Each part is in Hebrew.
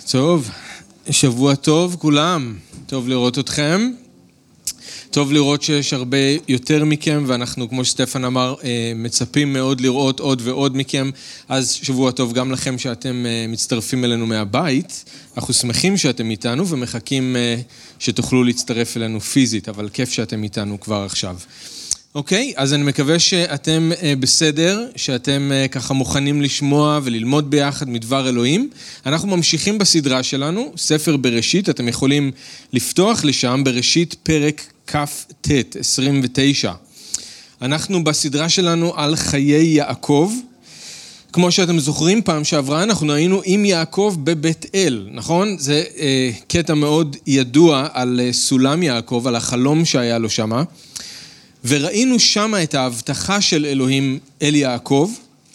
טוב, שבוע טוב כולם, טוב לראות אתכם, טוב לראות שיש הרבה יותר מכם ואנחנו כמו שסטפן אמר מצפים מאוד לראות עוד ועוד מכם, אז שבוע טוב גם לכם שאתם מצטרפים אלינו מהבית, אנחנו שמחים שאתם איתנו ומחכים שתוכלו להצטרף אלינו פיזית, אבל כיף שאתם איתנו כבר עכשיו. אוקיי, אז אני מקווה שאתם בסדר, שאתם ככה מוכנים לשמוע וללמוד ביחד מדבר אלוהים. אנחנו ממשיכים בסדרה שלנו, ספר בראשית, אתם יכולים לפתוח לשם בראשית פרק כ"ט, 29. אנחנו בסדרה שלנו על חיי יעקב. כמו שאתם זוכרים, פעם שעברה אנחנו היינו עם יעקב בבית אל, נכון? זה קטע מאוד ידוע על סולם יעקב, על החלום שהיה לו שמה. וראינו שם את ההבטחה של אלוהים אל יעקב,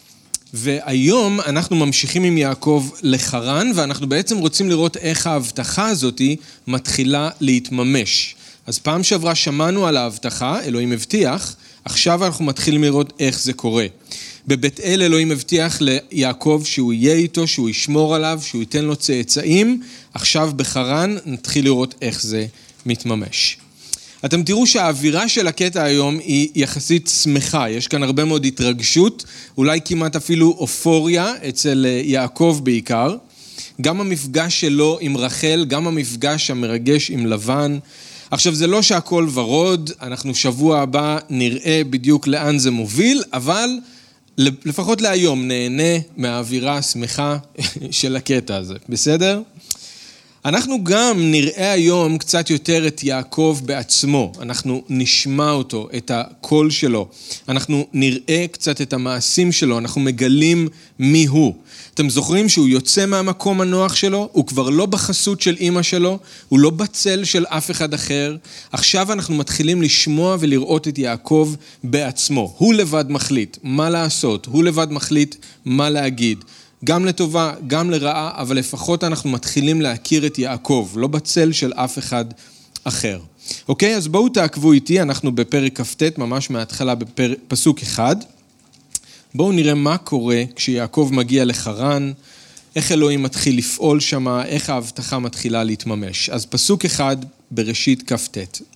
והיום אנחנו ממשיכים עם יעקב לחרן, ואנחנו בעצם רוצים לראות איך ההבטחה הזאת מתחילה להתממש. אז פעם שעברה שמענו על ההבטחה, אלוהים הבטיח, עכשיו אנחנו מתחילים לראות איך זה קורה. בבית אל אלוהים הבטיח ליעקב שהוא יהיה איתו, שהוא ישמור עליו, שהוא ייתן לו צאצאים, עכשיו בחרן נתחיל לראות איך זה מתממש. אתם תראו שהאווירה של הקטע היום היא יחסית שמחה, יש כאן הרבה מאוד התרגשות, אולי כמעט אפילו אופוריה אצל יעקב בעיקר, גם המפגש שלו עם רחל, גם המפגש המרגש עם לבן. עכשיו זה לא שהכל ורוד, אנחנו שבוע הבא נראה בדיוק לאן זה מוביל, אבל לפחות להיום נהנה מהאווירה השמחה של הקטע הזה, בסדר? אנחנו גם נראה היום קצת יותר את יעקב בעצמו, אנחנו נשמע אותו, את הקול שלו, אנחנו נראה קצת את המעשים שלו, אנחנו מגלים מי הוא. אתם זוכרים שהוא יוצא מהמקום הנוח שלו, הוא כבר לא בחסות של אמא שלו, הוא לא בצל של אף אחד אחר, עכשיו אנחנו מתחילים לשמוע ולראות את יעקב בעצמו, הוא לבד מחליט מה לעשות, הוא לבד מחליט מה להגיד. גם לטובה, גם לרעה, אבל לפחות אנחנו מתחילים להכיר את יעקב, לא בצל של אף אחד אחר. אוקיי, אז בואו תעקבו איתי, אנחנו בפרק כ"ט, ממש מההתחלה בפסוק 1. בואו נראה מה קורה כשיעקב מגיע לחרן, איך אלוהים מתחיל לפעול שם, איך ההבטחה מתחילה להתממש. אז פסוק 1 בראשית כ"ט.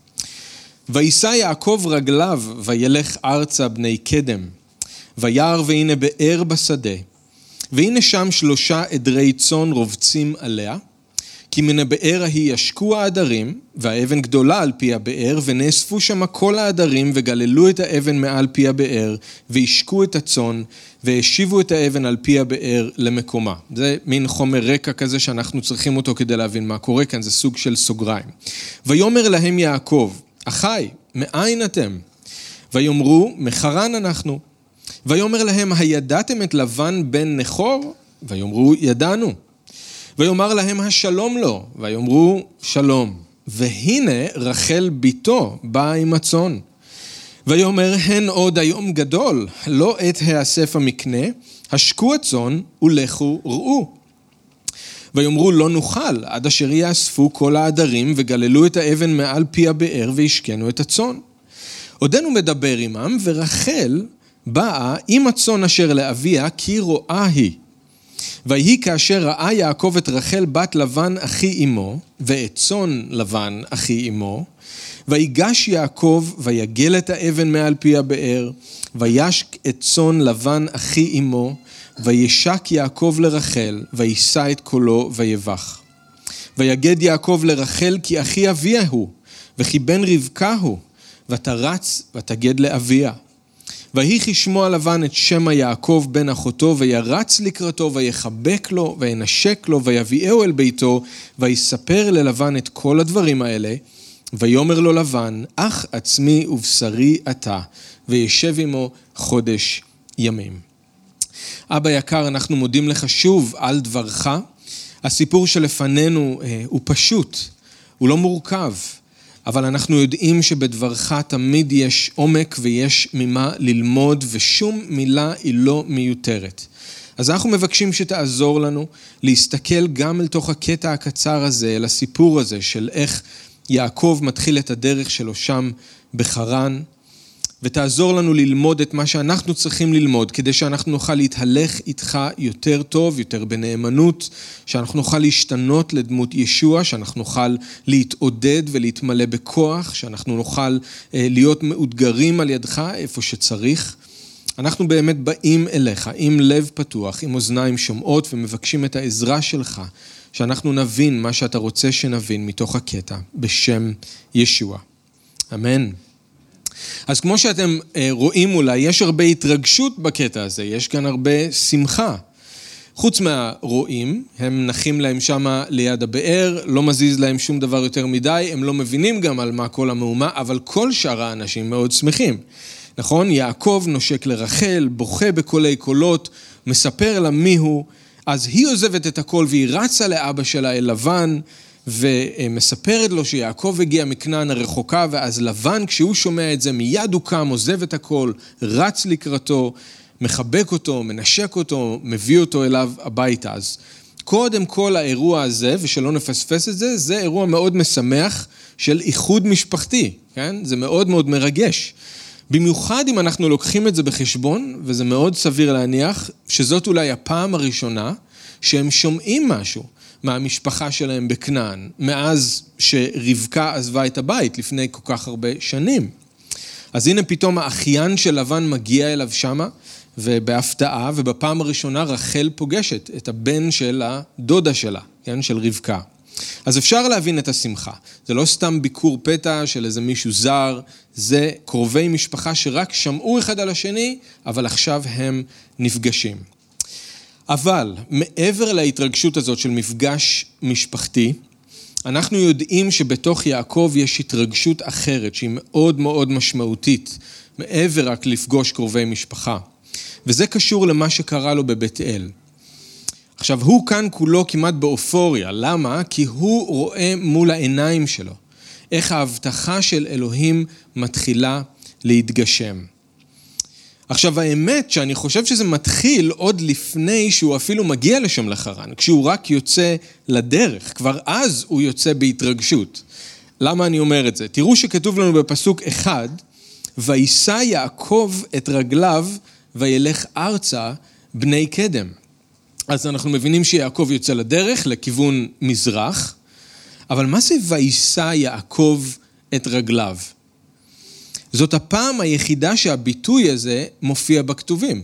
וישא יעקב רגליו וילך ארצה בני קדם, וירא והנה באר בשדה. והנה שם 3 עדרי צאן רובצים עליה, כי מן הבאר ההיא ישקו העדרים, והאבן גדולה על פי הבאר, ונאספו שם כל העדרים, וגללו את האבן מעל פי הבאר, וישקו את הצאן, והשיבו את האבן על פי הבאר למקומה. זה מין חומר רקע כזה שאנחנו צריכים אותו כדי להבין מה קורה כאן, זה סוג של סוגריים. ויאמר להם יעקב, אחי, מאין אתם? ויאמרו, מחרן אנחנו. ויאמר להם, הידעתם את לבן בן נחור? ויאמרו, ידענו. ויאמר להם, השלום לו? ויאמרו, שלום. והנה רחל ביתו באה עם הצאן. ויאמר, הן עוד היום גדול, לא עת האסף המקנה, השקו הצאן ולכו ראו. ויאמרו, לא נוכל, עד אשר יאספו כל העדרים וגללו את האבן מעל פי הבאר וישקנו את הצאן. עודנו מדבר עמם, ורחל באה עם הצאן אשר לאביה, כי רואה היא. ויהי כאשר ראה יעקב את רחל בת לבן אחי אמו, ואת צאן לבן אחי אמו, ויגש יעקב ויגל את האבן מעל פי הבאר, וישק את צאן לבן אחי אמו, וישק יעקב לרחל, וישא את קולו ויבך. ויגד יעקב לרחל כי אחי אביה הוא, וכי בן רבקה הוא, ותרץ ותגד לאביה. ויהי כשמוע לבן את שם יעקב בן אחותו, וירץ לקראתו, ויחבק לו, וינשק לו, ויביאהו אל ביתו, ויספר ללבן את כל הדברים האלה, ויאמר לו לבן, אח עצמי ובשרי אתה, וישב עמו חודש ימים. אבא יקר, אנחנו מודים לך שוב על דברך. הסיפור שלפנינו הוא פשוט, הוא לא מורכב. אבל אנחנו יודעים שבדברך תמיד יש עומק ויש ממה ללמוד, ושום מילה היא לא מיותרת. אז אנחנו מבקשים שתעזור לנו להסתכל גם אל תוך הקטע הקצר הזה, אל הסיפור הזה של איך יעקב מתחיל את הדרך שלו שם בחרן, ותעזור לנו ללמוד את מה שאנחנו צריכים ללמוד, כדי שאנחנו נוכל להתהלך איתך יותר טוב, יותר בנאמנות, שאנחנו נוכל להשתנות לדמות ישוע, שאנחנו נוכל להתעודד ולהתמלא בכוח, שאנחנו נוכל להיות מאותגרים על ידך איפה שצריך. אנחנו באמת באים אליך עם לב פתוח, עם אוזניים שומעות ומבקשים את העזרה שלך, שאנחנו נבין מה שאתה רוצה שנבין מתוך הקטע, בשם ישוע. אמן. אז כמו שאתם רואים אולי, יש הרבה התרגשות בקטע הזה, יש כאן הרבה שמחה. חוץ מהרועים, הם נחים להם שמה ליד הבאר, לא מזיז להם שום דבר יותר מדי, הם לא מבינים גם על מה כל המהומה, אבל כל שאר האנשים מאוד שמחים. נכון? יעקב נושק לרחל, בוכה בקולי קולות, מספר לה מיהו, אז היא עוזבת את הכל והיא רצה לאבא שלה אל לבן, ומספרת לו שיעקב הגיע מכנען הרחוקה, ואז לבן כשהוא שומע את זה מיד הוא קם, עוזב את הכל, רץ לקראתו, מחבק אותו, מנשק אותו, מביא אותו אליו הביתה. אז קודם כל האירוע הזה, ושלא נפספס את זה, זה אירוע מאוד משמח של איחוד משפחתי, כן? זה מאוד מאוד מרגש. במיוחד אם אנחנו לוקחים את זה בחשבון, וזה מאוד סביר להניח, שזאת אולי הפעם הראשונה שהם שומעים משהו מהמשפחה שלהם בכנען, מאז שרבקה עזבה את הבית לפני כל כך הרבה שנים. אז הנה פתאום האחיין של לבן מגיע אליו שמה, ובהפתעה, ובפעם הראשונה רחל פוגשת את הבן של הדודה שלה, כן, של רבקה. אז אפשר להבין את השמחה. זה לא סתם ביקור פתע של איזה מישהו זר, זה קרובי משפחה שרק שמעו אחד על השני, אבל עכשיו הם נפגשים. אבל מעבר להתרגשות הזאת של מפגש משפחתי, אנחנו יודעים שבתוך יעקב יש התרגשות אחרת שהיא מאוד מאוד משמעותית, מעבר רק לפגוש קרובי משפחה. וזה קשור למה שקרה לו בבית אל. עכשיו, הוא כאן כולו כמעט באופוריה. למה? כי הוא רואה מול העיניים שלו איך ההבטחה של אלוהים מתחילה להתגשם. עכשיו, האמת שאני חושב שזה מתחיל עוד לפני שהוא אפילו מגיע לשם לחרן, כשהוא רק יוצא לדרך, כבר אז הוא יוצא בהתרגשות. למה אני אומר את זה? תראו שכתוב לנו בפסוק 1, וישא יעקב את רגליו וילך ארצה בני קדם. אז אנחנו מבינים שיעקב יוצא לדרך לכיוון מזרח, אבל מה זה וישא יעקב את רגליו? זאת הפעם היחידה שהביטוי הזה מופיע בכתובים.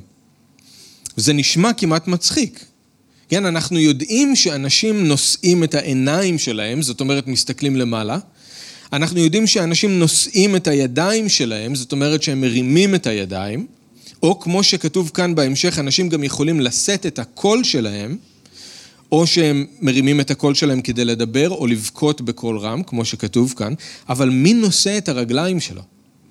זה נשמע כמעט מצחיק. כן, אנחנו יודעים שאנשים נושאים את העיניים שלהם, זאת אומרת מסתכלים למעלה. אנחנו יודעים שאנשים נושאים את הידיים שלהם, זאת אומרת שהם מרימים את הידיים. או כמו שכתוב כאן בהמשך, אנשים גם יכולים לשאת את הקול שלהם, או שהם מרימים את הקול שלהם כדי לדבר, או לבכות בקול רם, כמו שכתוב כאן, אבל מי נושא את הרגליים שלו?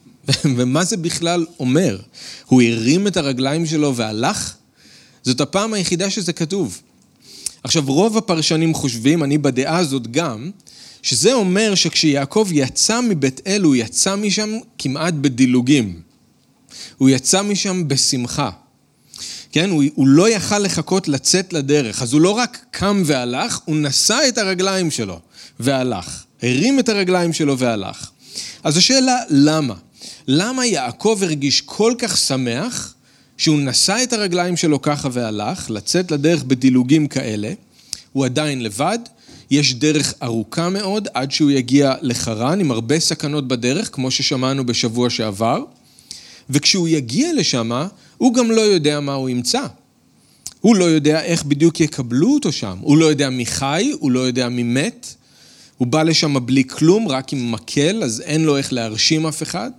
ומה זה בכלל אומר? הוא הרים את הרגליים שלו והלך? זאת הפעם היחידה שזה כתוב. עכשיו, רוב הפרשנים חושבים, אני בדעה הזאת גם, שזה אומר שכשיעקב יצא מבית אל, הוא יצא משם כמעט בדילוגים. הוא יצא משם בשמחה. כן, הוא לא יכל לחכות לצאת לדרך, אז הוא לא רק קם והלך, הוא נשא את הרגליים שלו והלך. הרים את הרגליים שלו והלך. אז השאלה, למה? למה יעקב הרגיש כל כך שמח שהוא נשא את הרגליים שלו ככה והלך, לצאת לדרך בדילוגים כאלה? הוא עדיין לבד, יש דרך ארוכה מאוד עד שהוא יגיע לחרן, עם הרבה סכנות בדרך, כמו ששמענו בשבוע שעבר. וכשהוא יגיע לשם, הוא גם לא יודע מה הוא ימצא. הוא לא יודע איך בדיוק יקבלו אותו שם. הוא לא יודע מי חי, הוא לא יודע מי מת. הוא בא לשם בלי כלום, רק עם מקל, אז אין לו איך להרשים אף אחד.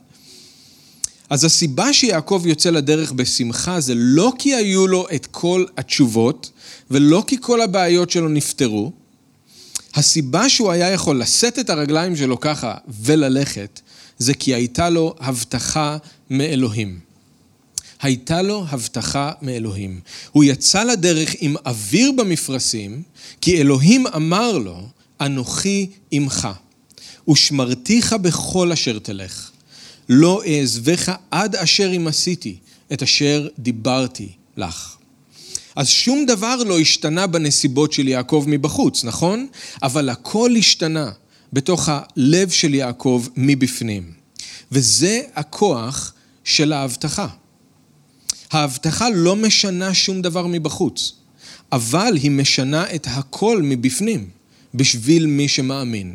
אז הסיבה שיעקב יוצא לדרך בשמחה, זה לא כי היו לו את כל התשובות, ולא כי כל הבעיות שלו נפתרו. הסיבה שהוא היה יכול לשאת את הרגליים שלו ככה וללכת, זה כי הייתה לו הבטחה מאלוהים. הייתה לו הבטחה מאלוהים. הוא יצא לדרך עם אוויר במפרשים, כי אלוהים אמר לו, אנוכי עמך, ושמרתיך בכל אשר תלך. לא אעזבך עד אשר אם עשיתי את אשר דיברתי לך. אז שום דבר לא השתנה בנסיבות של יעקב מבחוץ, נכון? אבל הכל השתנה בתוך הלב של יעקב מבפנים. וזה הכוח של ההבטחה. ההבטחה לא משנה שום דבר מבחוץ, אבל היא משנה את הכל מבפנים, בשביל מי שמאמין.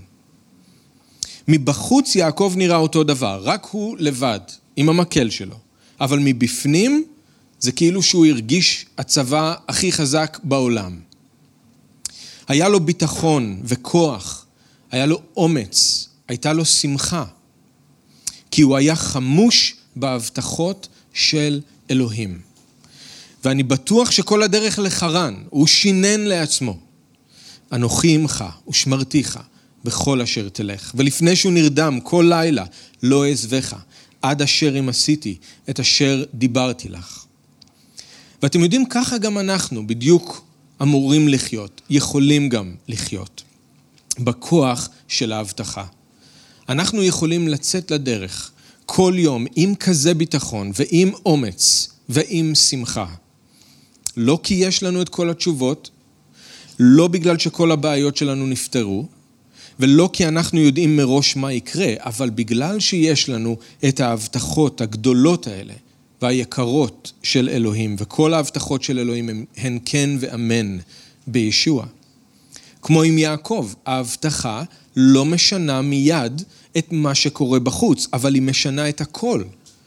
מבחוץ יעקב נראה אותו דבר, רק הוא לבד, עם המקל שלו. אבל מבפנים זה כאילו שהוא הרגיש הצבא הכי חזק בעולם. היה לו ביטחון וכוח, היה לו אומץ, הייתה לו שמחה. כי הוא היה חמוש בהבטחות של אלוהים. ואני בטוח שכל הדרך לחרן, הוא שינן לעצמו. אנוכי עמך ושמרתיך בכל אשר תלך. ולפני שהוא נרדם כל לילה, לא אעזבך, עד אשר אם עשיתי את אשר דיברתי לך. ואתם יודעים, ככה גם אנחנו בדיוק אמורים לחיות, יכולים גם לחיות. בכוח של ההבטחה. אנחנו יכולים לצאת לדרך כל יום עם כזה ביטחון ועם אומץ ועם שמחה. לא כי יש לנו את כל התשובות, לא בגלל שכל הבעיות שלנו נפתרו, ולא כי אנחנו יודעים מראש מה יקרה, אבל בגלל שיש לנו את ההבטחות הגדולות האלה והיקרות של אלוהים, וכל ההבטחות של אלוהים הן כן ואמן בישוע. כמו עם יעקב, ההבטחה לא משנה מיד את מה שקורה בחוץ, אבל היא משנה את הכל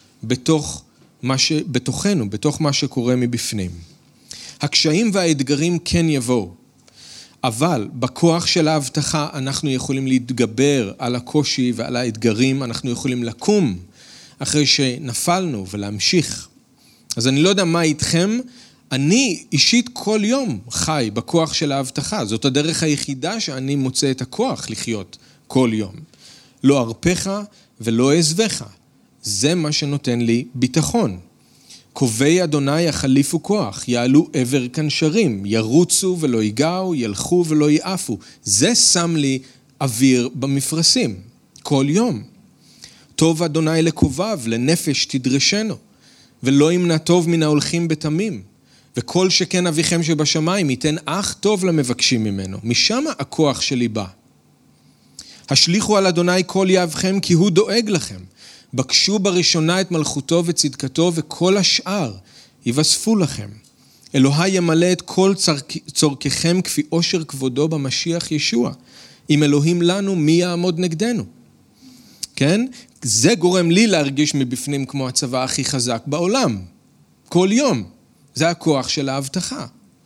בתוכנו, בתוך מה שקורה מבפנים. הקשיים והאתגרים כן יבואו, אבל בכוח של ההבטחה אנחנו יכולים להתגבר על הקושי ועל האתגרים, אנחנו יכולים לקום אחרי שנפלנו ולהמשיך. אז אני לא יודע מה איתכם, אני אישית כל יום חי בכוח של ההבטחה. זאת הדרך היחידה שאני מוצא את הכוח לחיות כל יום. לא ארפך ולא אעזבך. זה מה שנותן לי ביטחון. קובעי אדוני יחליפו כוח, יעלו עבר כנשרים, ירוצו ולא ייגעו, ילכו ולא יעפו. זה שם לי אוויר במפרשים, כל יום. טוב אדוני לקובב, לנפש תדרשנו, ולא ימנע טוב מן ההולכים בתמים. וכל שכן אביכם שבשמיים ייתן אך טוב למבקשים ממנו. משם הכוח שלי בא. השליחו על אדוני כל יאבכם כי הוא דואג לכם. בקשו בראשונה את מלכותו וצדקתו וכל השאר יבספו לכם. אלוהי ימלא את כל צורככם כפי עושר כבודו במשיח ישוע. אם אלוהים לנו, מי יעמוד נגדנו? כן? זה גורם לי להרגיש מבפנים כמו הצבא הכי חזק בעולם. כל יום. זה הכוח של ההבטחה.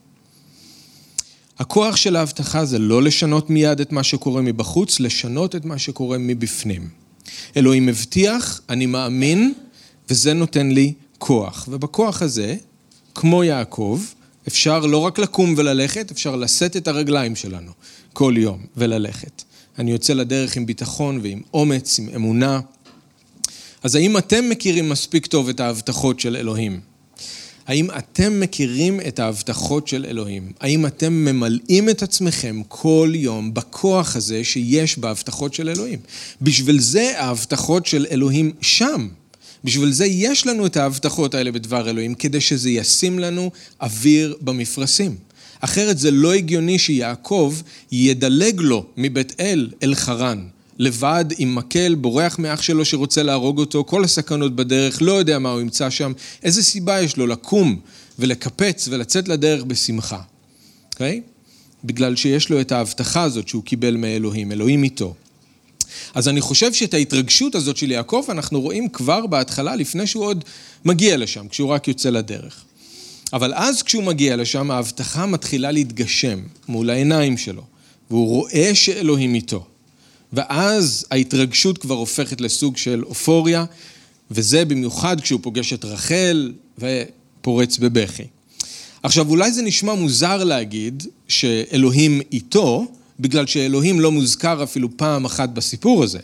הכוח של ההבטחה זה לא לשנות מיד את מה שקורה מבחוץ, לשנות את מה שקורה מבפנים. אלוהים מבטיח, אני מאמין, וזה נותן לי כוח. ובכוח הזה, כמו יעקב, אפשר לא רק לקום וללכת, אפשר לשאת את הרגליים שלנו כל יום וללכת. אני יוצא לדרך עם ביטחון ועם אומץ, עם אמונה. אז האם אתם מכירים מספיק טוב את ההבטחות של אלוהים? האם אתם מכירים את ההבטחות של אלוהים? האם אתם ממלאים את עצמכם כל יום בכוח הזה שיש בהבטחות של אלוהים? בשביל זה ההבטחות של אלוהים שם. בשביל זה יש לנו את ההבטחות האלה בדבר אלוהים, כדי שזה ישים לנו אוויר במפרשים. אחרת זה לא הגיוני שיעקב ידלג לו מבית אל חרן. לבד עם מקל, בורח מאח שלו שרוצה להרוג אותו, כל הסכנות בדרך, לא יודע מה הוא ימצא שם, איזה סיבה יש לו לקום ולקפץ ולצאת לדרך בשמחה. אוקיי? בגלל שיש לו את ההבטחה הזאת שהוא קיבל מאלוהים, אלוהים איתו. אז אני חושב שאת ההתרגשות הזאת של יעקב אנחנו רואים כבר בהתחלה, לפני שהוא עוד מגיע לשם, כשהוא רק יוצא לדרך. אבל אז כשהוא מגיע לשם, ההבטחה מתחילה להתגשם מול העיניים שלו, והוא רואה שאלוהים איתו. ואז ההתרגשות כבר הופכת לסוג של אופוריה, וזה במיוחד כשהוא פוגש את רחל ופורץ בבכי. עכשיו, אולי זה נשמע מוזר להגיד שאלוהים איתו, בגלל שאלוהים לא מוזכר אפילו פעם אחת בסיפור הזה.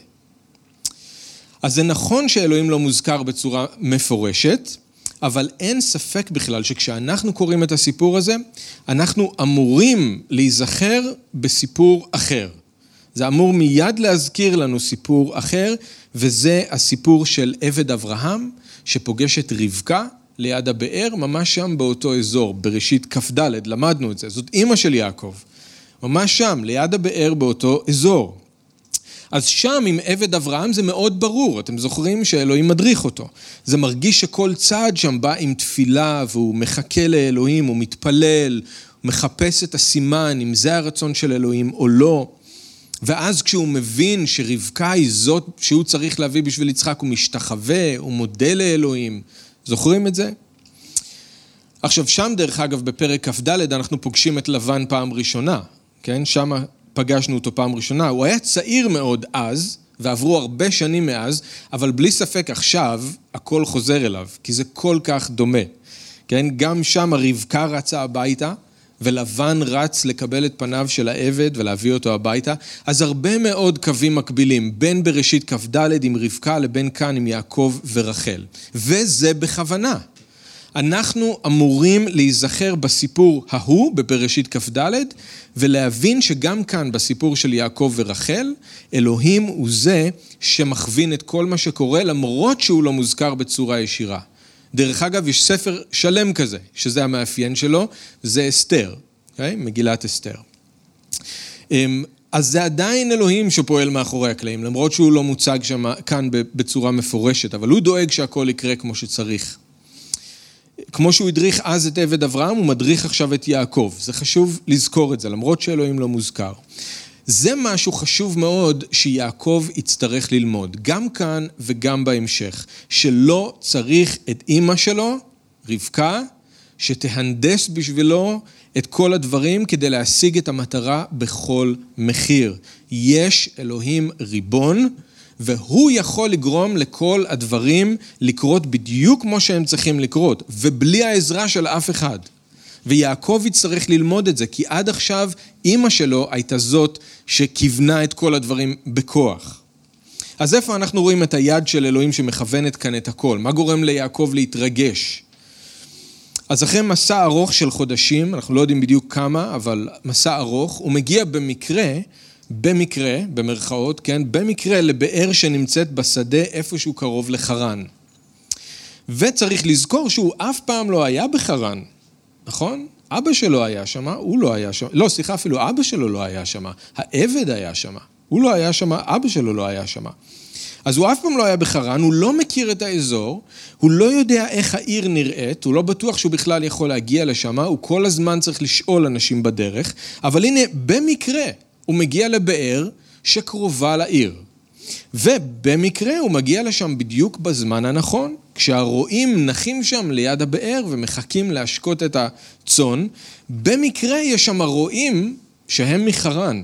אז זה נכון שאלוהים לא מוזכר בצורה מפורשת, אבל אין ספק בכלל שכשאנחנו קוראים את הסיפור הזה, אנחנו אמורים להיזכר בסיפור אחר. זה אמור מיד להזכיר לנו סיפור אחר, וזה הסיפור של עבד אברהם, שפוגש את רבקה ליד הבאר, ממש שם באותו אזור, בראשית כ"ד, למדנו את זה. זאת אמא של יעקב, ממש שם, ליד הבאר באותו אזור. אז שם עם עבד אברהם זה מאוד ברור, אתם זוכרים שאלוהים מדריך אותו. זה מרגיש שכל צעד שם בא עם תפילה, והוא מחכה לאלוהים, הוא מתפלל, הוא מחפש את הסימן, אם זה הרצון של אלוהים או לא. ואז כשהוא מבין שרבקה היא זאת שהוא צריך להביא בשביל יצחק, הוא משתחווה, הוא מודה לאלוהים. זוכרים את זה? עכשיו שם דרך אגב בפרק כ"ד אנחנו פוגשים את לבן פעם ראשונה, כן? שם פגשנו אותו פעם ראשונה, הוא היה צעיר מאוד אז, ועברו הרבה שנים מאז, אבל בלי ספק עכשיו הכל חוזר אליו, כי זה כל כך דומה, כן? גם שם רבקה רצה הביתה, ולבן רץ לקבל את פניו של העבד ולהביא אותו הביתה, אז הרבה מאוד קווים מקבילים, בין בראשית כ"ד עם רבקה לבין כאן עם יעקב ורחל, וזה בכוונה. אנחנו אמורים להיזכר בסיפור ההוא בבראשית כ"ד, ולהבין שגם כאן בסיפור של יעקב ורחל, אלוהים הוא זה שמכווין את כל מה שקורה, למרות שהוא לא מוזכר בצורה ישירה. דרך אגב, יש ספר שלם כזה, שזה המאפיין שלו, זה אסתר, okay? מגילת אסתר. אז זה עדיין אלוהים שפועל מאחורי הקלעים, למרות שהוא לא מוצג שם, כאן בצורה מפורשת, אבל הוא דואג שהכל יקרה כמו שצריך. כמו שהוא הדריך אז את עבד אברהם, הוא מדריך עכשיו את יעקב. זה חשוב לזכור את זה, למרות שאלוהים לא מוזכר. זה משהו חשוב מאוד שיעקב יצטרך ללמוד, גם כאן וגם בהמשך, שלא צריך את אמא שלו, רבקה, שתהנדס בשבילו את כל הדברים כדי להשיג את המטרה בכל מחיר. יש אלוהים ריבון, והוא יכול לגרום לכל הדברים לקרות בדיוק כמו שהם צריכים לקרות, ובלי העזרה של אף אחד. ויעקב יצטרך ללמוד את זה, כי עד עכשיו אמא שלו הייתה זאת שכיוונה את כל הדברים בכוח. אז איפה אנחנו רואים את היד של אלוהים שמכוונת כאן את הכל? מה גורם ליעקב להתרגש? אז אחרי מסע ארוך של חודשים, אנחנו לא יודעים בדיוק כמה, אבל מסע ארוך, הוא מגיע במקרה, במרכאות, כן? במקרה לבאר שנמצאת בשדה איפשהו קרוב לחרן. וצריך לזכור שהוא אף פעם לא היה בחרן, נכון? אבא שלו היה שם, הוא לא היה שם. לא, סליחה, אפילו אבא שלו לא היה שם. העבד היה שם. הוא לא היה שם, אבא שלו לא היה שם. אז הוא אף פעם לא היה בחרן, הוא לא מכיר את האזור, הוא לא יודע איך העיר נראית, הוא לא בטוח שהוא בכלל יכול להגיע לשם, הוא כל הזמן צריך לשאול אנשים בדרך, אבל הנה, במקרה, הוא מגיע לבאר שקרובה לעיר. ובמקרה הוא מגיע לשם בדיוק בזמן הנכון, כשהרועים נחים שם ליד הבאר ומחכים להשקות את הצאן, במקרה יש שם רועים שהם מחרן.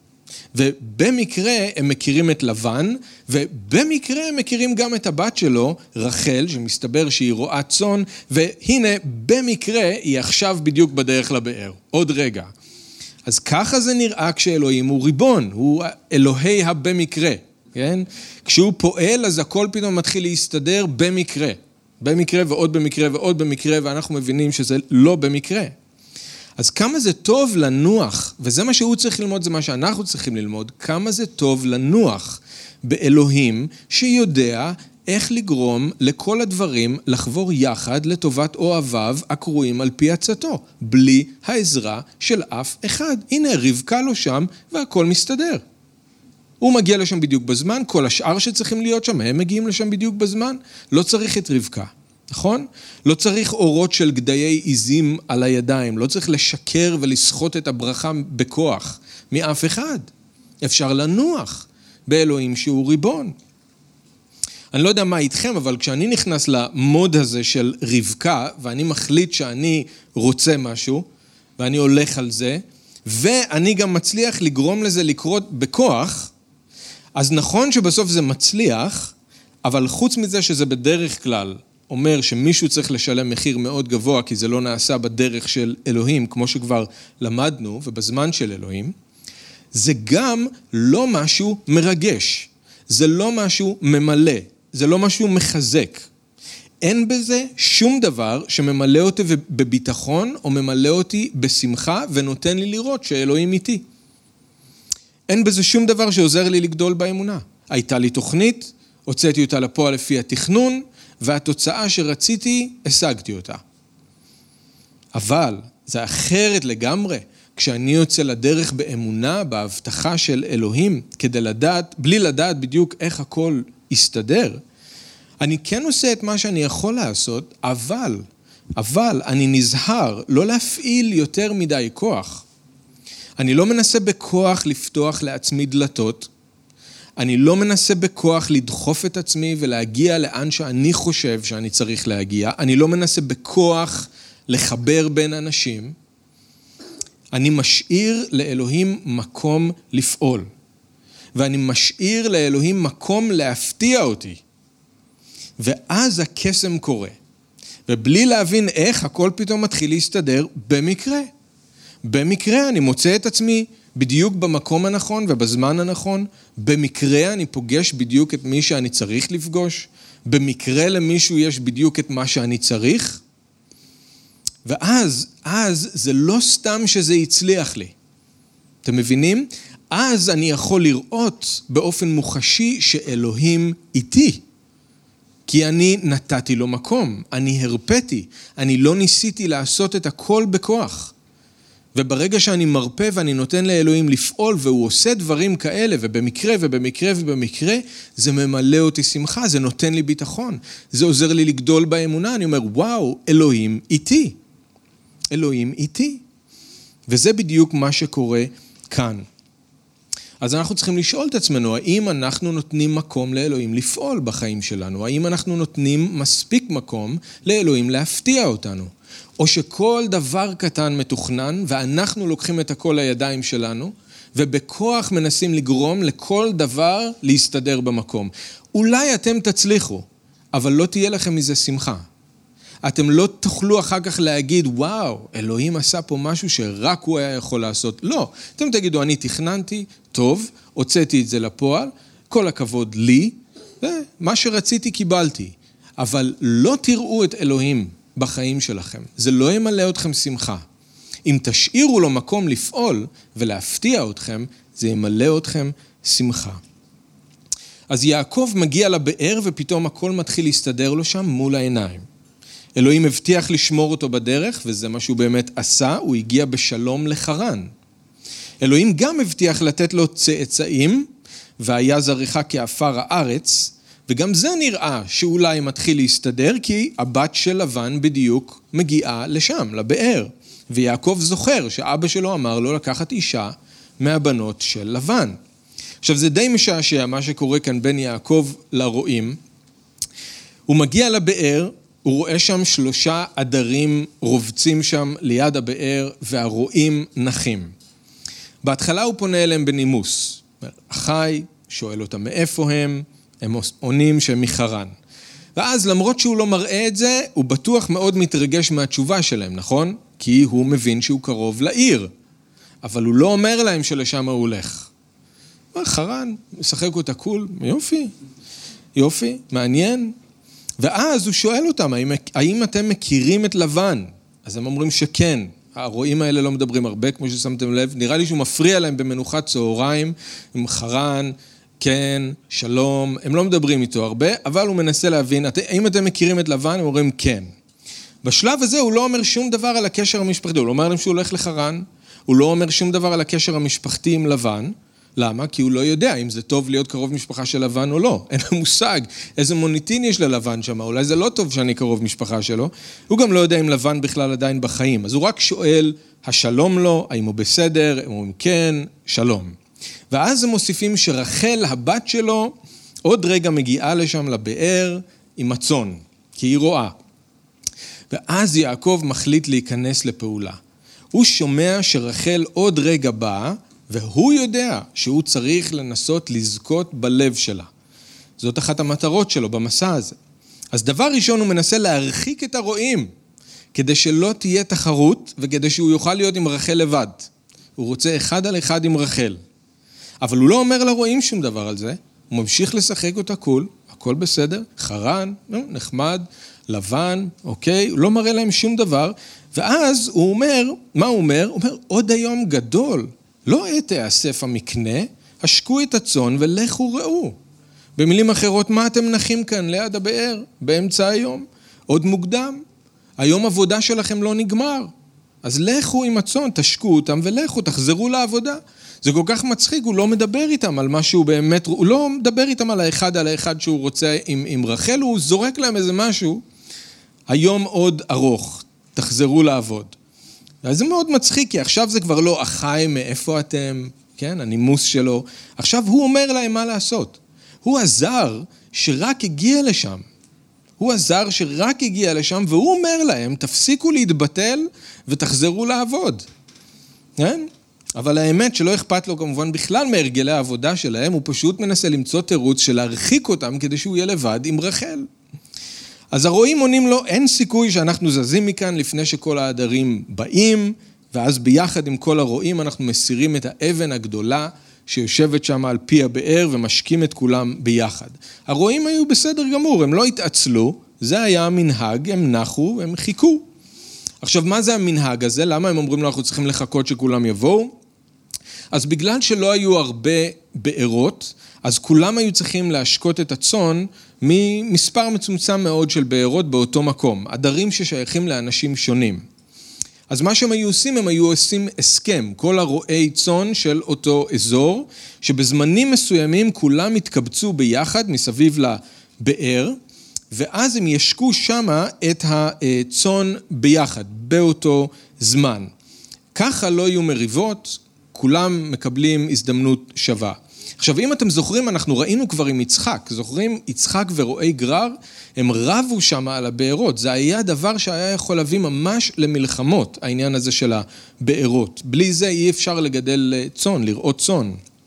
ובמקרה הם מכירים את לבן, ובמקרה הם מכירים גם את הבת שלו, רחל, שמסתבר שהיא רועה צאן, והנה במקרה היא עכשיו בדיוק בדרך לבאר. עוד רגע. אז ככה זה נראה כשאלוהים הוא ריבון, הוא אלוהי הבמקרה, כן? כשהוא פועל אז הכל פתאום מתחיל להסתדר במקרה. במקרה ועוד במקרה ועוד במקרה, ואנחנו מבינים שזה לא במקרה. אז כמה זה טוב לנוח, וזה מה שהוא צריך ללמוד, זה מה שאנחנו צריכים ללמוד, כמה זה טוב לנוח באלוהים שיודע איך לגרום לכל הדברים לחבור יחד לטובת אוהביו הקרויים על פי עצתו, בלי העזרה של אף אחד. הנה, רבקה לו שם והכל מסתדר. הוא מגיע לשם בדיוק בזמן, כל השאר שצריכים להיות שם, הם מגיעים לשם בדיוק בזמן, לא צריך את רבקה. נכון? לא צריך אורות של גדיי עיזים על הידיים, לא צריך לשקר ולסחוט את הברכה בכוח מאף אחד. אפשר לנוח באלוהים שהוא ריבון. אני לא יודע מה איתכם, אבל כשאני נכנס למוד הזה של רבקה, ואני מחליט שאני רוצה משהו, ואני הולך על זה, ואני גם מצליח לגרום לזה לקרות בכוח, אז נכון שבסוף זה מצליח, אבל חוץ מזה שזה בדרך כלל אומר שמישהו צריך לשלם מחיר מאוד גבוה, כי זה לא נעשה בדרך של אלוהים, כמו שכבר למדנו, ובזמן של אלוהים, זה גם לא משהו מרגש, זה לא משהו ממלא, זה לא משהו מחזק. אין בזה שום דבר שממלא אותי בביטחון, או ממלא אותי בשמחה, ונותן לי לראות שאלוהים איתי. אין בזה שום דבר שעוזר לי לגדול באמונה. הייתה לי תוכנית, הוצאתי אותה לפועל לפי התכנון, והתוצאה שרציתי, השגתי אותה. אבל זה אחרת לגמרי כשאני יוצא לדרך באמונה, בהבטחה של אלוהים, כדי לדעת, בלי לדעת בדיוק איך הכל יסתדר, אני כן עושה את מה שאני יכול לעשות, אבל אני נזהר לא להפעיל יותר מדי כוח. אני לא מנסה בכוח לפתוח לעצמי דלתות, אני לא מנסה בכוח לדחוף את עצמי ולהגיע לאן שאני חושב שאני צריך להגיע, אני לא מנסה בכוח לחבר בין אנשים, אני משאיר לאלוהים מקום לפעול, ואני משאיר לאלוהים מקום להפתיע אותי, ואז הקסם קורה, ובלי להבין איך הכל פתאום מתחיל להסתדר במקרה אני מוצא את עצמי בדיוק במקום הנכון ובזמן הנכון, במקרה אני פוגש בדיוק את מי שאני צריך לפגוש, במקרה למישהו יש בדיוק את מה שאני צריך, ואז זה לא סתם שזה יצליח לי. אתם מבינים? אז אני יכול לראות באופן מוחשי שאלוהים איתי. כי אני נתתי לו מקום, אני הרפאתי, אני לא ניסיתי לעשות את הכל בכוח. וברגע שאני מרפא ואני נותן לאלוהים לפעול והוא עושה דברים כאלה ובמקרה, זה ממלא אותי שמחה, זה נותן לי ביטחון, זה עוזר לי לגדול באמונה, אני אומר וואו, אלוהים איתי. וזה בדיוק מה שקורה כאן. אז אנחנו צריכים לשאול את עצמנו, האם אנחנו נותנים מקום לאלוהים לפעול בחיים שלנו? האם אנחנו נותנים מספיק מקום לאלוהים להפתיע אותנו? או שכל דבר קטן מתוכנן, ואנחנו לוקחים את הכל לידיים שלנו, ובכוח מנסים לגרום לכל דבר להסתדר במקום. אולי אתם תצליחו, אבל לא תהיה לכם מזה שמחה. אתם לא תוכלו אחר כך להגיד, וואו, אלוהים עשה פה משהו שרק הוא היה יכול לעשות. לא, אתם תגידו, אני תכננתי, טוב, הוצאתי את זה לפועל, כל הכבוד לי, מה שרציתי קיבלתי. אבל לא תראו את אלוהים בחיים שלכם. זה לא ימלא אתכם שמחה. אם תשאירו לו מקום לפעול ולהפתיע אתכם, זה ימלא אתכם שמחה. אז יעקב מגיע לבאר ופתאום הכל מתחיל להסתדר לו שם מול העיניים. אלוהים הבטיח לשמור אותו בדרך, וזה מה שהוא באמת עשה, הוא הגיע בשלום לחרן. אלוהים גם הבטיח לתת לו צאצאים, והיה זריחה כעפר הארץ, וגם זה נראה שאולי מתחיל להסתדר, כי הבת של לבן בדיוק מגיעה לשם, לבאר. ויעקב זוכר שאבא שלו אמר לו לקחת אישה מהבנות של לבן. עכשיו זה די משעשע מה שקורה כאן בין יעקב לרועים. הוא מגיע לבאר, הוא רואה שם 3 עדרים רובצים שם ליד הבאר, והרועים נחים. בהתחלה הוא פונה אליהם בנימוס. אחי, שואל אותם מאיפה הם עונים שהם מחרן. ואז למרות שהוא לא מראה את זה, הוא בטוח מאוד מתרגש מהתשובה שלהם, נכון? כי הוא מבין שהוא קרוב לעיר. אבל הוא לא אומר להם שלשם הוא הולך. חרן, משחק אותה קול, יופי, מעניין. ואז הוא שואל אותם, האם אתם מכירים את לבן? אז הם אומרים שכן. הרועים האלה לא מדברים הרבה, כמו ששמתם לב. נראה לי שהוא מפריע להם במנוחת צהריים, עם חרן, כן, שלום. הם לא מדברים איתו הרבה, אבל הוא מנסה להבין, האם אתם מכירים את לבן? הם אומרים כן. בשלב הזה הוא לא אומר שום דבר על הקשר המשפחתי. הוא לא אומר להם שהוא הולך לחרן, הוא לא אומר שום דבר על הקשר המשפחתי עם לבן. למה? כי הוא לא יודע אם זה טוב להיות קרוב משפחה של לבן או לא. אין לו מושג איזה מוניטין יש ללבן שם. אולי זה לא טוב שאני קרוב משפחה שלו. הוא גם לא יודע אם לבן בכלל עדיין בחיים. אז הוא רק שואל, השלום לו, האם הוא בסדר? הם אומרים כן, שלום. ואז הם מוסיפים שרחל, הבת שלו, עוד רגע מגיעה לשם לבאר עם הצאן, כי היא רואה. ואז יעקב מחליט להיכנס לפעולה. הוא שומע שרחל עוד רגע באה, והוא יודע שהוא צריך לנסות לזכות בלב שלה. זאת אחת המטרות שלו במסע הזה. אז דבר ראשון הוא מנסה להרחיק את הרועים, כדי שלא תהיה תחרות, וכדי שהוא יוכל להיות עם רחל לבד. הוא רוצה 1 על 1 עם רחל. אבל הוא לא אומר לרועים שום דבר על זה, הוא ממשיך לשחק אותה קול, הכל בסדר, חרן, נחמד, לבן, אוקיי, הוא לא מראה להם שום דבר, ואז הוא אומר, מה הוא אומר? הוא אומר, עוד היום גדול, לא תאסף המקנה, השקו את הצאן ולכו ראו. במילים אחרות, מה אתם נחים כאן ליד הבאר, באמצע היום? עוד מוקדם. היום עבודה שלכם לא נגמר. אז לכו עם הצאן, תשקו אותם ולכו, תחזרו לעבודה. זה כל כך מצחיק, הוא לא מדבר איתם על מה שהוא באמת, הוא לא מדבר איתם על האחד שהוא רוצה עם רחל, הוא זורק להם איזה משהו, היום עוד ארוך, תחזרו לעבוד. אז זה מאוד מצחיק, כי עכשיו זה כבר לא אחי מאיפה אתם, כן, הנימוס שלו, עכשיו הוא אומר להם מה לעשות. הוא הזר שרק הגיע לשם. הוא הזר שרק הגיע לשם, והוא אומר להם, תפסיקו להתבטל ותחזרו לעבוד. כן? אבל האמת שלא אכפת לו כמובן בכלל מהרגלי העבודה שלהם, הוא פשוט מנסה למצוא תירוץ של להרחיק אותם כדי שהוא יהיה לבד עם רחל. אז הרועים עונים לו, אין סיכוי שאנחנו זזים מכאן לפני שכל העדרים באים, ואז ביחד עם כל הרועים אנחנו מסירים את האבן הגדולה שיושבת שם על פי הבאר ומשקים את כולם ביחד. הרועים היו בסדר גמור, הם לא התעצלו, זה היה המנהג, הם נחו, הם חיכו. עכשיו, מה זה המנהג הזה? למה הם אומרים לו, אנחנו צריכים לחכות שכולם יבואו? אז בגלל שלא היו הרבה בארות, אז כולם היו צריכים להשקות את הצאן ממספר מצומצם מאוד של בארות באותו מקום, עדרים ששייכים לאנשים שונים. אז מה שהם היו עושים, הם היו עושים הסכם, כל הרועי צאן של אותו אזור, שבזמנים מסוימים כולם התקבצו ביחד מסביב לבאר, ואז הם ישקו שמה את הצאן ביחד, באותו זמן. ככה לא יהיו מריבות, כולם מקבלים הזדמנות שווה. עכשיו, אם אתם זוכרים, אנחנו ראינו כבר עם יצחק, זוכרים, יצחק ורועי גרר, הם רבו שם על הבארות, זה היה דבר שהיה יכול להביא ממש למלחמות, העניין הזה של הבארות. בלי זה אי אפשר לגדל צאן, לראות צאן.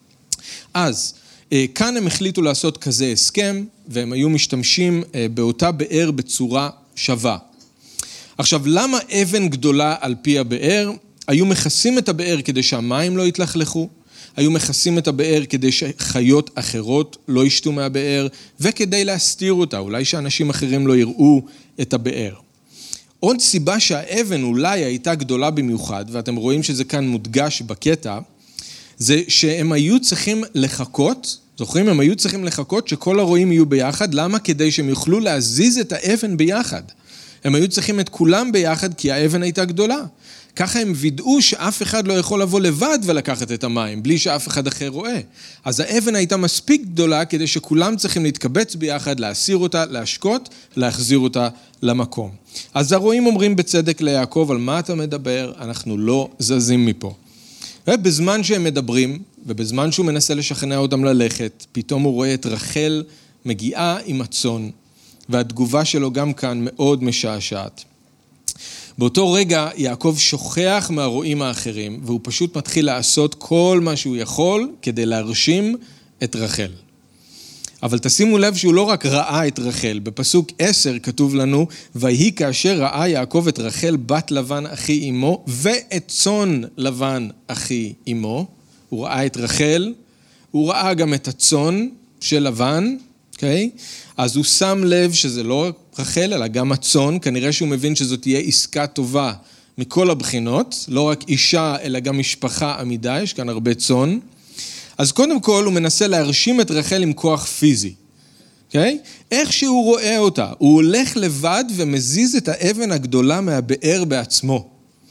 אז, כאן הם החליטו לעשות כזה הסכם, והם היו משתמשים באותה באר בצורה שווה. עכשיו, למה אבן גדולה על פי הבאר? היו מכסים את הבאר כדי שהמים לא יתלכלכו, היו מכסים את הבאר כדי שחיות אחרות לא ישתו מהבאר, וכדי להסתיר אותה, אולי שאנשים אחרים לא יראו את הבאר. עוד סיבה שהאבן אולי הייתה גדולה במיוחד, ואתם רואים שזה כאן מודגש בקטע, זה שהם היו צריכים לחכות, זוכרים? הם היו צריכים לחכות שכל הרועים יהיו ביחד, למה? כדי שהם יוכלו להזיז את האבן ביחד. הם היו צריכים את כולם ביחד כי האבן הייתה גדולה. ככה הם וידאו שאף אחד לא יכול לבוא לבד ולקחת את המים, בלי שאף אחד אחר רואה. אז האבן הייתה מספיק גדולה כדי שכולם צריכים להתקבץ ביחד, להסיר אותה, להשקות, להחזיר אותה למקום. אז הרועים אומרים בצדק ליעקב, על מה אתה מדבר? אנחנו לא זזים מפה. ובזמן שהם מדברים, ובזמן שהוא מנסה לשכנע אותם ללכת, פתאום הוא רואה את רחל מגיעה עם הצאן, והתגובה שלו גם כאן מאוד משעשעת. באותו רגע יעקב שוכח מהרועים האחרים, והוא פשוט מתחיל לעשות כל מה שהוא יכול כדי להרשים את רחל. אבל תשימו לב שהוא לא רק ראה את רחל, בפסוק 10 כתוב לנו, ויהי כאשר ראה יעקב את רחל בת לבן אחי אמו, ואת צאן לבן אחי אמו, הוא ראה את רחל, הוא ראה גם את הצאן של לבן, אוקיי? אז הוא שם לב שזה לא רחל, אלא גם הצאן, כנראה שהוא מבין שזאת תהיה עסקה טובה מכל הבחינות, לא רק אישה, אלא גם משפחה עמידה, יש כאן הרבה צאן. אז קודם כל הוא מנסה להרשים את רחל עם כוח פיזי, אוקיי? איך שהוא רואה אותה, הוא הולך לבד ומזיז את האבן הגדולה מהבאר בעצמו.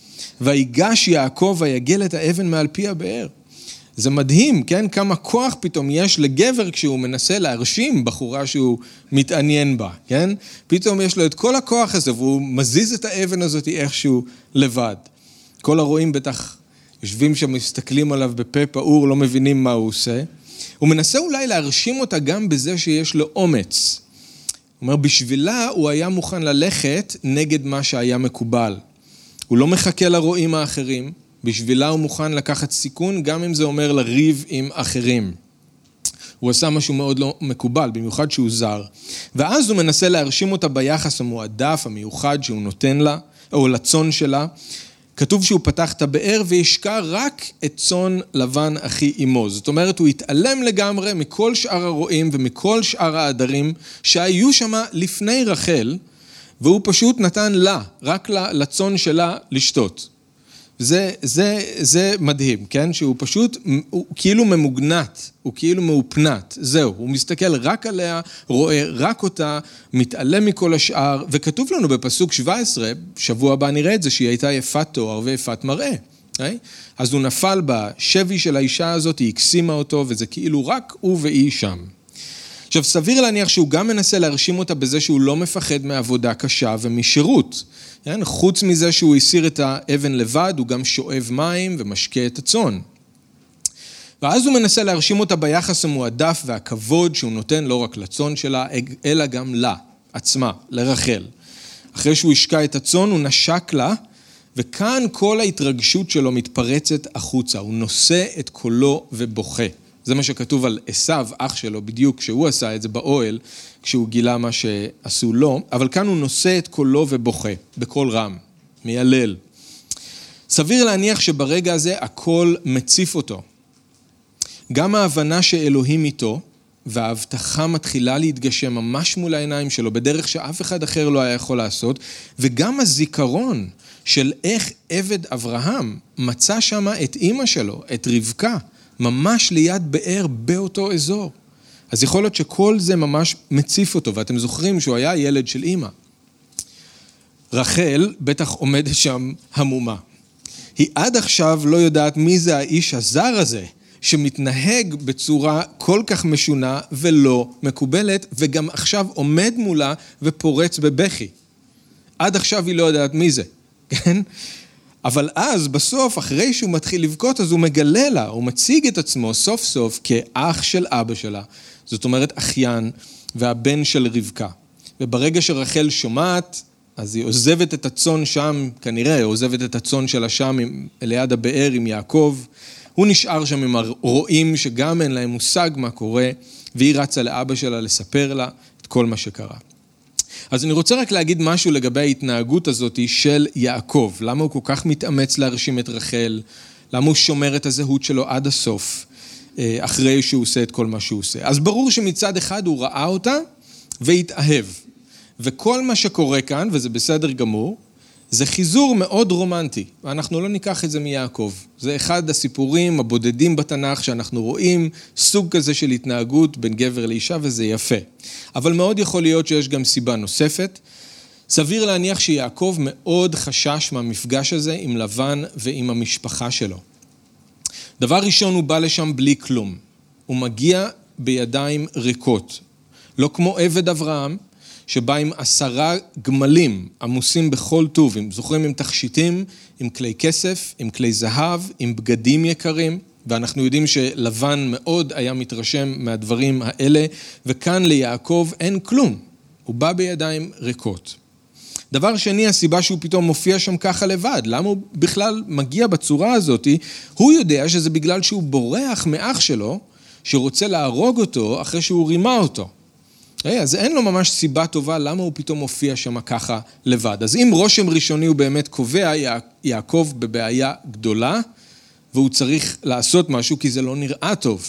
ויגש יעקב ויגל את האבן מעל פי הבאר. זה מדהים, כן? כמה כוח פתאום יש לגבר כשהוא מנסה להרשים בחורה שהוא מתעניין בה, כן? פתאום יש לו את כל הכוח הזה והוא מזיז את האבן הזאת איכשהו לבד. כל הרועים בטח יושבים שם, מסתכלים עליו בפה פעור, לא מבינים מה הוא עושה. הוא מנסה אולי להרשים אותה גם בזה שיש לו אומץ. הוא אומר, בשבילה הוא היה מוכן ללכת נגד מה שהיה מקובל. הוא לא מחכה לרועים האחרים, בשבילה הוא מוכן לקחת סיכון, גם אם זה אומר לריב עם אחרים. הוא עשה משהו מאוד לא מקובל, במיוחד שהוא זר. ואז הוא מנסה להרשים אותה ביחס המועדף, המיוחד שהוא נותן לה, או לצאן שלה. כתוב שהוא פתח את הבאר וישקע רק את צאן לבן אחי אמו. זאת אומרת, הוא התעלם לגמרי מכל שאר הרועים ומכל שאר העדרים שהיו שם לפני רחל, והוא פשוט נתן לה, רק לצאן שלה לשתות. זה מדהים, כן? שהוא פשוט, הוא כאילו ממוגנת, הוא כאילו מאופנת, זהו, הוא מסתכל רק עליה, רואה רק אותה, מתעלם מכל השאר, וכתוב לנו בפסוק 17, שבוע הבא נראה את זה, שהיא הייתה יפת תואר ויפת מראה. אז הוא נפל בשבי של האישה הזאת, היא הקסימה אותו, וזה כאילו רק הוא והיא שם. עכשיו, סביר להניח שהוא גם מנסה להרשים אותה בזה שהוא לא מפחד מעבודה קשה ומשירות. חוץ מזה שהוא הסיר את האבן לבד, הוא גם שואב מים ומשקה את הצאן. ואז הוא מנסה להרשים אותה ביחס המועדף והכבוד שהוא נותן לא רק לצאן שלה, אלא גם לה, עצמה, לרחל. אחרי שהוא השקע את הצאן, הוא נשק לה, וכאן כל ההתרגשות שלו מתפרצת החוצה. הוא נושא את קולו ובוכה. זה מה שכתוב על עשיו, אח שלו, בדיוק כשהוא עשה את זה באוהל, כשהוא גילה מה שעשו לו, אבל כאן הוא נושא את קולו ובוכה, בקול רם, מיילל. סביר להניח שברגע הזה הכל מציף אותו. גם ההבנה שאלוהים איתו, וההבטחה מתחילה להתגשם ממש מול העיניים שלו, בדרך שאף אחד אחר לא היה יכול לעשות, וגם הזיכרון של איך עבד אברהם מצא שם את אמא שלו, את רבקה, ממש ליד באר באותו אזור. אז יכול להיות שכל זה ממש מציף אותו, ואתם זוכרים שהוא היה ילד של אמא. רחל בטח עומדת שם המומה. היא עד עכשיו לא יודעת מי זה האיש הזר הזה, שמתנהג בצורה כל כך משונה ולא מקובלת, וגם עכשיו עומד מולה ופורץ בבכי. עד עכשיו היא לא יודעת מי זה, כן? אבל אז בסוף, אחרי שהוא מתחיל לבכות, אז הוא מגלה לה, הוא מציג את עצמו סוף סוף כאח של אבא שלה. זאת אומרת, אחיין והבן של רבקה. וברגע שרחל שומעת, אז היא עוזבת את הצאן שם, כנראה, עוזבת את הצאן שלה שם ליד הבאר עם יעקב. הוא נשאר שם עם הרועים שגם אין להם מושג מה קורה, והיא רצה לאבא שלה לספר לה את כל מה שקרה. אז אני רוצה רק להגיד משהו לגבי ההתנהגות הזאת של יעקב. למה הוא כל כך מתאמץ להרשים את רחל? למה הוא שומר את הזהות שלו עד הסוף, אחרי שהוא עושה את כל מה שהוא עושה? אז ברור שמצד אחד הוא ראה אותה והתאהב. וכל מה שקורה כאן, וזה בסדר גמור, זה חיזור מאוד רומנטי, ואנחנו לא ניקח את זה מיעקב. זה אחד הסיפורים הבודדים בתנ"ך שאנחנו רואים סוג כזה של התנהגות בין גבר לאישה, וזה יפה. אבל מאוד יכול להיות שיש גם סיבה נוספת. סביר להניח שיעקב מאוד חשש מהמפגש הזה עם לבן ועם המשפחה שלו. דבר ראשון, הוא בא לשם בלי כלום. הוא מגיע בידיים ריקות. לא כמו עבד אברהם, שבא עם 10 גמלים עמוסים בכל טוב, זוכרים, עם תכשיטים, עם כלי כסף, עם כלי זהב, עם בגדים יקרים, ואנחנו יודעים שלבן מאוד היה מתרשם מהדברים האלה, וכאן ליעקב אין כלום, הוא בא בידיים ריקות. דבר שני, הסיבה שהוא פתאום מופיע שם ככה לבד, למה הוא בכלל מגיע בצורה הזאת? הוא יודע שזה בגלל שהוא בורח מאח שלו, שרוצה להרוג אותו אחרי שהוא רימה אותו. אז אין לו ממש סיבה טובה למה הוא פתאום מופיע שם ככה לבד. אז אם רושם ראשוני הוא באמת קובע, יעקב בבעיה גדולה, והוא צריך לעשות משהו כי זה לא נראה טוב.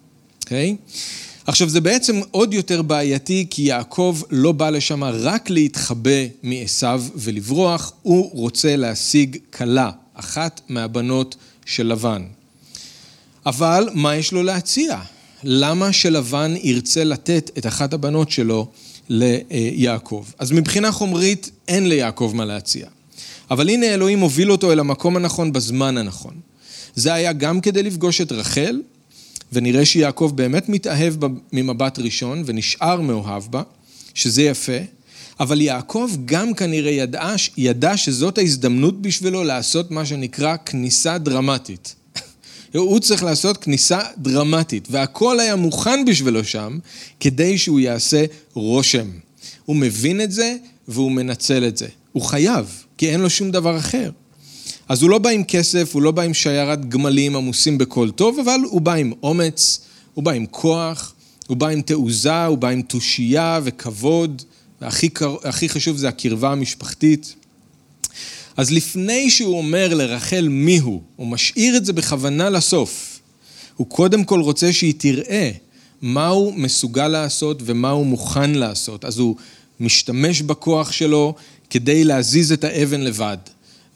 עכשיו זה בעצם עוד יותר בעייתי, כי יעקב לא בא לשם רק להתחבא מעשיו ולברוח, הוא רוצה להשיג כלה, אחת מהבנות של לבן. אבל מה יש לו להציע? למה שלבן ירצה לתת את אחת הבנות שלו ליעקב? אז מבחינה חומרית אין ליעקב מה להציע. אבל הנה אלוהים הוביל אותו אל המקום הנכון בזמן הנכון. זה היה גם כדי לפגוש את רחל, ונראה שיעקב באמת מתאהב בה ממבט ראשון ונשאר מאוהב בה, שזה יפה, אבל יעקב גם כנראה ידע שזאת ההזדמנות בשבילו לעשות מה שנקרא כניסה דרמטית. הוא צריך לעשות כניסה דרמטית, והכל היה מוכן בשבילו שם, כדי שהוא יעשה רושם. הוא מבין את זה, והוא מנצל את זה. הוא חייב, כי אין לו שום דבר אחר. אז הוא לא בא עם כסף, הוא לא בא עם שיירת גמלים עמוסים בכל טוב, אבל הוא בא עם אומץ, הוא בא עם כוח, הוא בא עם תעוזה, הוא בא עם תושייה וכבוד, והכי חשוב זה הקרבה המשפחתית. אז לפני שהוא אומר לרחל מיהו, הוא משאיר את זה בכוונה לסוף. הוא קודם כל רוצה שהיא תראה מה הוא מסוגל לעשות ומה הוא מוכן לעשות. אז הוא משתמש בכוח שלו כדי להזיז את האבן לבד.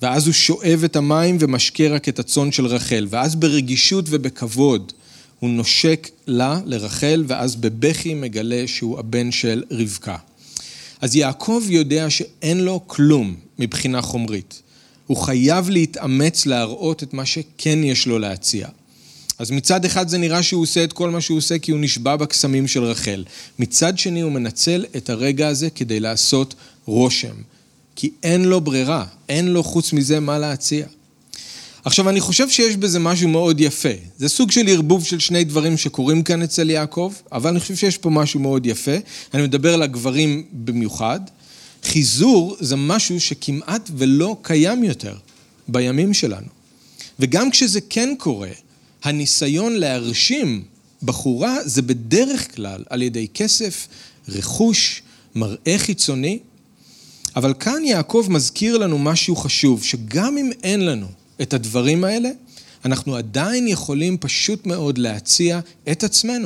ואז הוא שואב את המים ומשקה רק את הצאן של רחל, ואז ברגישות ובכבוד הוא נושק לה, לרחל, ואז בבכי מגלה שהוא הבן של רבקה. אז יעקב יודע שאין לו כלום מבחינה חומרית. הוא חייב להתאמץ להראות את מה שכן יש לו להציע. אז מצד אחד זה נראה שהוא עושה את כל מה שהוא עושה כי הוא נשבע בקסמים של רחל. מצד שני הוא מנצל את הרגע הזה כדי לעשות רושם. כי אין לו ברירה, אין לו חוץ מזה מה להציע. עכשיו אני חושב שיש בזה משהו מאוד יפה. זה סוג של ערבוב של שני דברים שקורים כאן אצל יעקב, אבל אני חושב שיש פה משהו מאוד יפה. אני מדבר על הגברים במיוחד. חיזור זה משהו שכמעט ולא קיים יותר בימים שלנו. וגם כשזה כן קורה, הניסיון להרשים בחורה זה בדרך כלל על ידי כסף, רכוש, מראה חיצוני. אבל כאן יעקב מזכיר לנו משהו חשוב, שגם אם אין לנו את הדברים האלה, אנחנו עדיין יכולים פשוט מאוד להציע את עצמנו.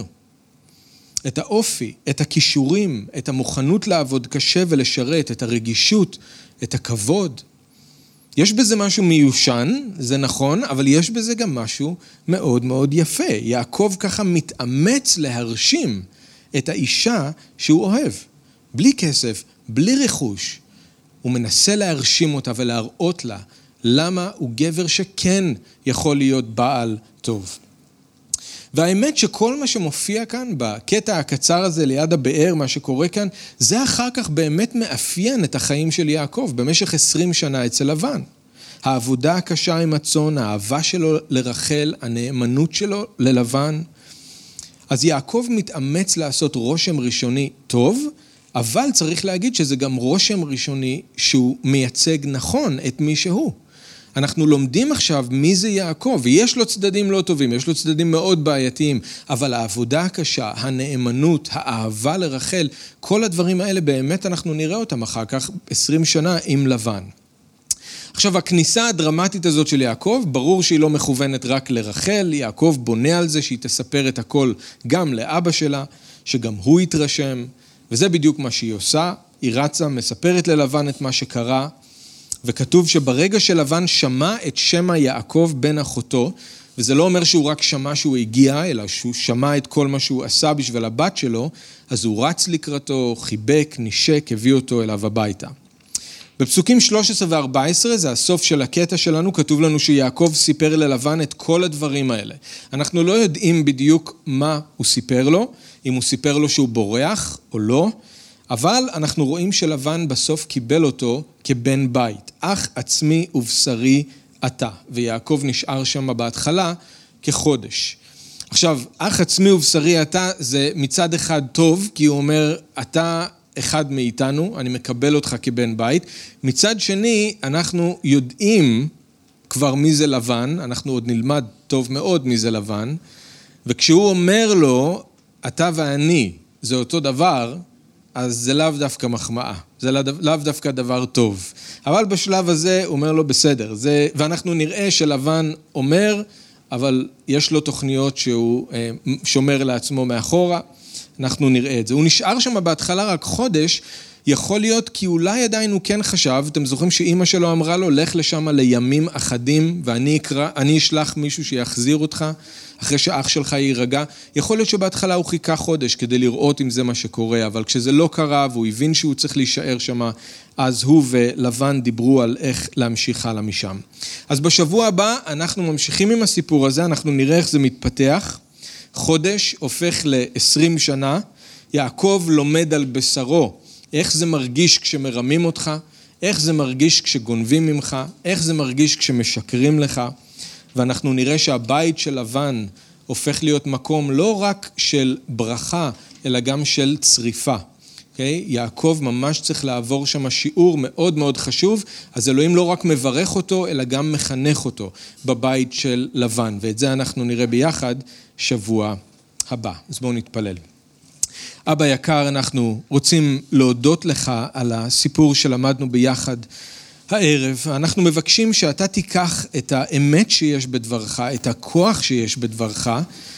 את האופי, את הכישורים, את המוכנות לעבוד קשה ולשרת, את הרגישות, את הכבוד. יש בזה משהו מיושן, זה נכון, אבל יש בזה גם משהו מאוד מאוד יפה. יעקב ככה מתאמץ להרשים את האישה שהוא אוהב. בלי כסף, בלי רכוש. הוא מנסה להרשים אותה ולהראות לה למה הוא גבר שכן יכול להיות בעל טוב. והאמת שכל מה שמופיע כאן בקטע הקצר הזה ליד הבאר, מה שקורה כאן, זה אחר כך באמת מאפיין את החיים של יעקב במשך 20 שנה אצל לבן. העבודה הקשה עם הצאן, האהבה שלו לרחל, הנאמנות שלו ללבן. אז יעקב מתאמץ לעשות רושם ראשוני טוב, אבל צריך להגיד שזה גם רושם ראשוני שהוא מייצג נכון את מי שהוא. אנחנו לומדים עכשיו מי זה יעקב, ויש לו צדדים לא טובים, יש לו צדדים מאוד בעייתיים, אבל העבודה הקשה, הנאמנות, האהבה לרחל, כל הדברים האלה באמת אנחנו נראה אותם אחר כך 20 שנה עם לבן. עכשיו, הכניסה הדרמטית הזאת של יעקב, ברור שהיא לא מכוונת רק לרחל, יעקב בונה על זה שהיא תספר את הכל גם לאבא שלה, שגם הוא יתרשם, וזה בדיוק מה שהיא עושה, היא רצה, מספרת ללבן את מה שקרה, וכתוב שברגע שלבן שמע את שמה יעקב בן אחותו, וזה לא אומר שהוא רק שמע שהוא הגיע, אלא שהוא שמע את כל מה שהוא עשה בשביל הבת שלו, אז הוא רץ לקראתו, חיבק, נשק, הביא אותו אליו הביתה. בפסוקים 13 ו-14, זה הסוף של הקטע שלנו, כתוב לנו שיעקב סיפר ללבן את כל הדברים האלה. אנחנו לא יודעים בדיוק מה הוא סיפר לו, אם הוא סיפר לו שהוא בורח או לא, אבל אנחנו רואים שלבן בסוף קיבל אותו כבן בית. אח עצמי ובשרי אתה. ויעקב נשאר שם בהתחלה כחודש. עכשיו, אח עצמי ובשרי אתה זה מצד אחד טוב, כי הוא אומר, אתה אחד מאיתנו, אני מקבל אותך כבן בית. מצד שני, אנחנו יודעים כבר מי זה לבן, אנחנו עוד נלמד טוב מאוד מי זה לבן, וכשהוא אומר לו, אתה ואני, זה אותו דבר, אז זה לאו דווקא מחמאה, זה לאו דווקא דבר טוב. אבל בשלב הזה הוא אומר לו בסדר, ואנחנו נראה שלבן אומר, אבל יש לו תוכניות שהוא שומר לעצמו מאחורה, אנחנו נראה את זה. הוא נשאר שם בהתחלה רק חודש, יכול להיות כי אולי עדיין הוא כן חשב, אתם זוכרים שאמא שלו אמרה לו, לך לשם לימים אחדים, ואני אשלח מישהו שיחזיר אותך, אחרי שאח שלך יירגע. יכול להיות שבהתחלה הוא חיכה חודש כדי לראות אם זה מה שקורה, אבל כשזה לא קרה והוא הבין שהוא צריך להישאר שם, אז הוא ולבן דיברו על איך להמשיך הלאה משם. אז בשבוע הבא אנחנו ממשיכים עם הסיפור הזה, אנחנו נראה איך זה מתפתח. חודש הופך ל-20 שנה, יעקב לומד על בשרו, איך זה מרגיש כשמרמים אותך, איך זה מרגיש כשגונבים ממך, איך זה מרגיש כשמשקרים לך, ואנחנו נראה שהבית של לבן הופך להיות מקום לא רק של ברכה, אלא גם של צריפה. Okay? יעקב ממש צריך לעבור שם שיעור מאוד מאוד חשוב, אז אלוהים לא רק מברך אותו, אלא גם מחנך אותו בבית של לבן, ואת זה אנחנו נראה ביחד שבוע הבא. אז בואו נתפלל. אבא יקר, אנחנו רוצים להודות לך על הסיפור שלמדנו ביחד הערב. אנחנו מבקשים שאתה תיקח את האמת שיש בדברך, את הכוח שיש בדברך,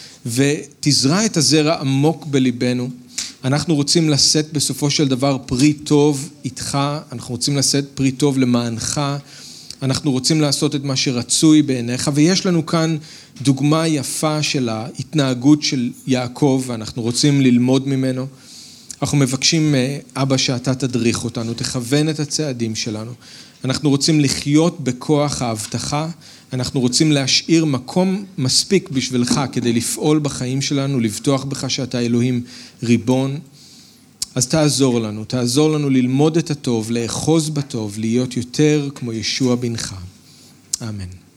ותזרע את הזרע עמוק בליבנו. אנחנו רוצים לשאת בסופו של דבר פרי טוב איתך, אנחנו רוצים לשאת פרי טוב למענך, אנחנו רוצים לעשות את מה שרצוי בעיניך, ויש לנו כאן דוגמה יפה של ההתנהגות של יעקב, ואנחנו רוצים ללמוד ממנו. אנחנו מבקשים, אבא, שאתה תדריך אותנו, תכוון את הצעדים שלנו. אנחנו רוצים לחיות בכוח ההבטחה, אנחנו רוצים להשאיר מקום מספיק בשבילך כדי לפעול בחיים שלנו, לבטוח בך שאתה אלוהים ריבון. אז תעזור לנו ללמוד את הטוב, לאחוז בטוב, להיות יותר כמו ישוע בנך. אמן.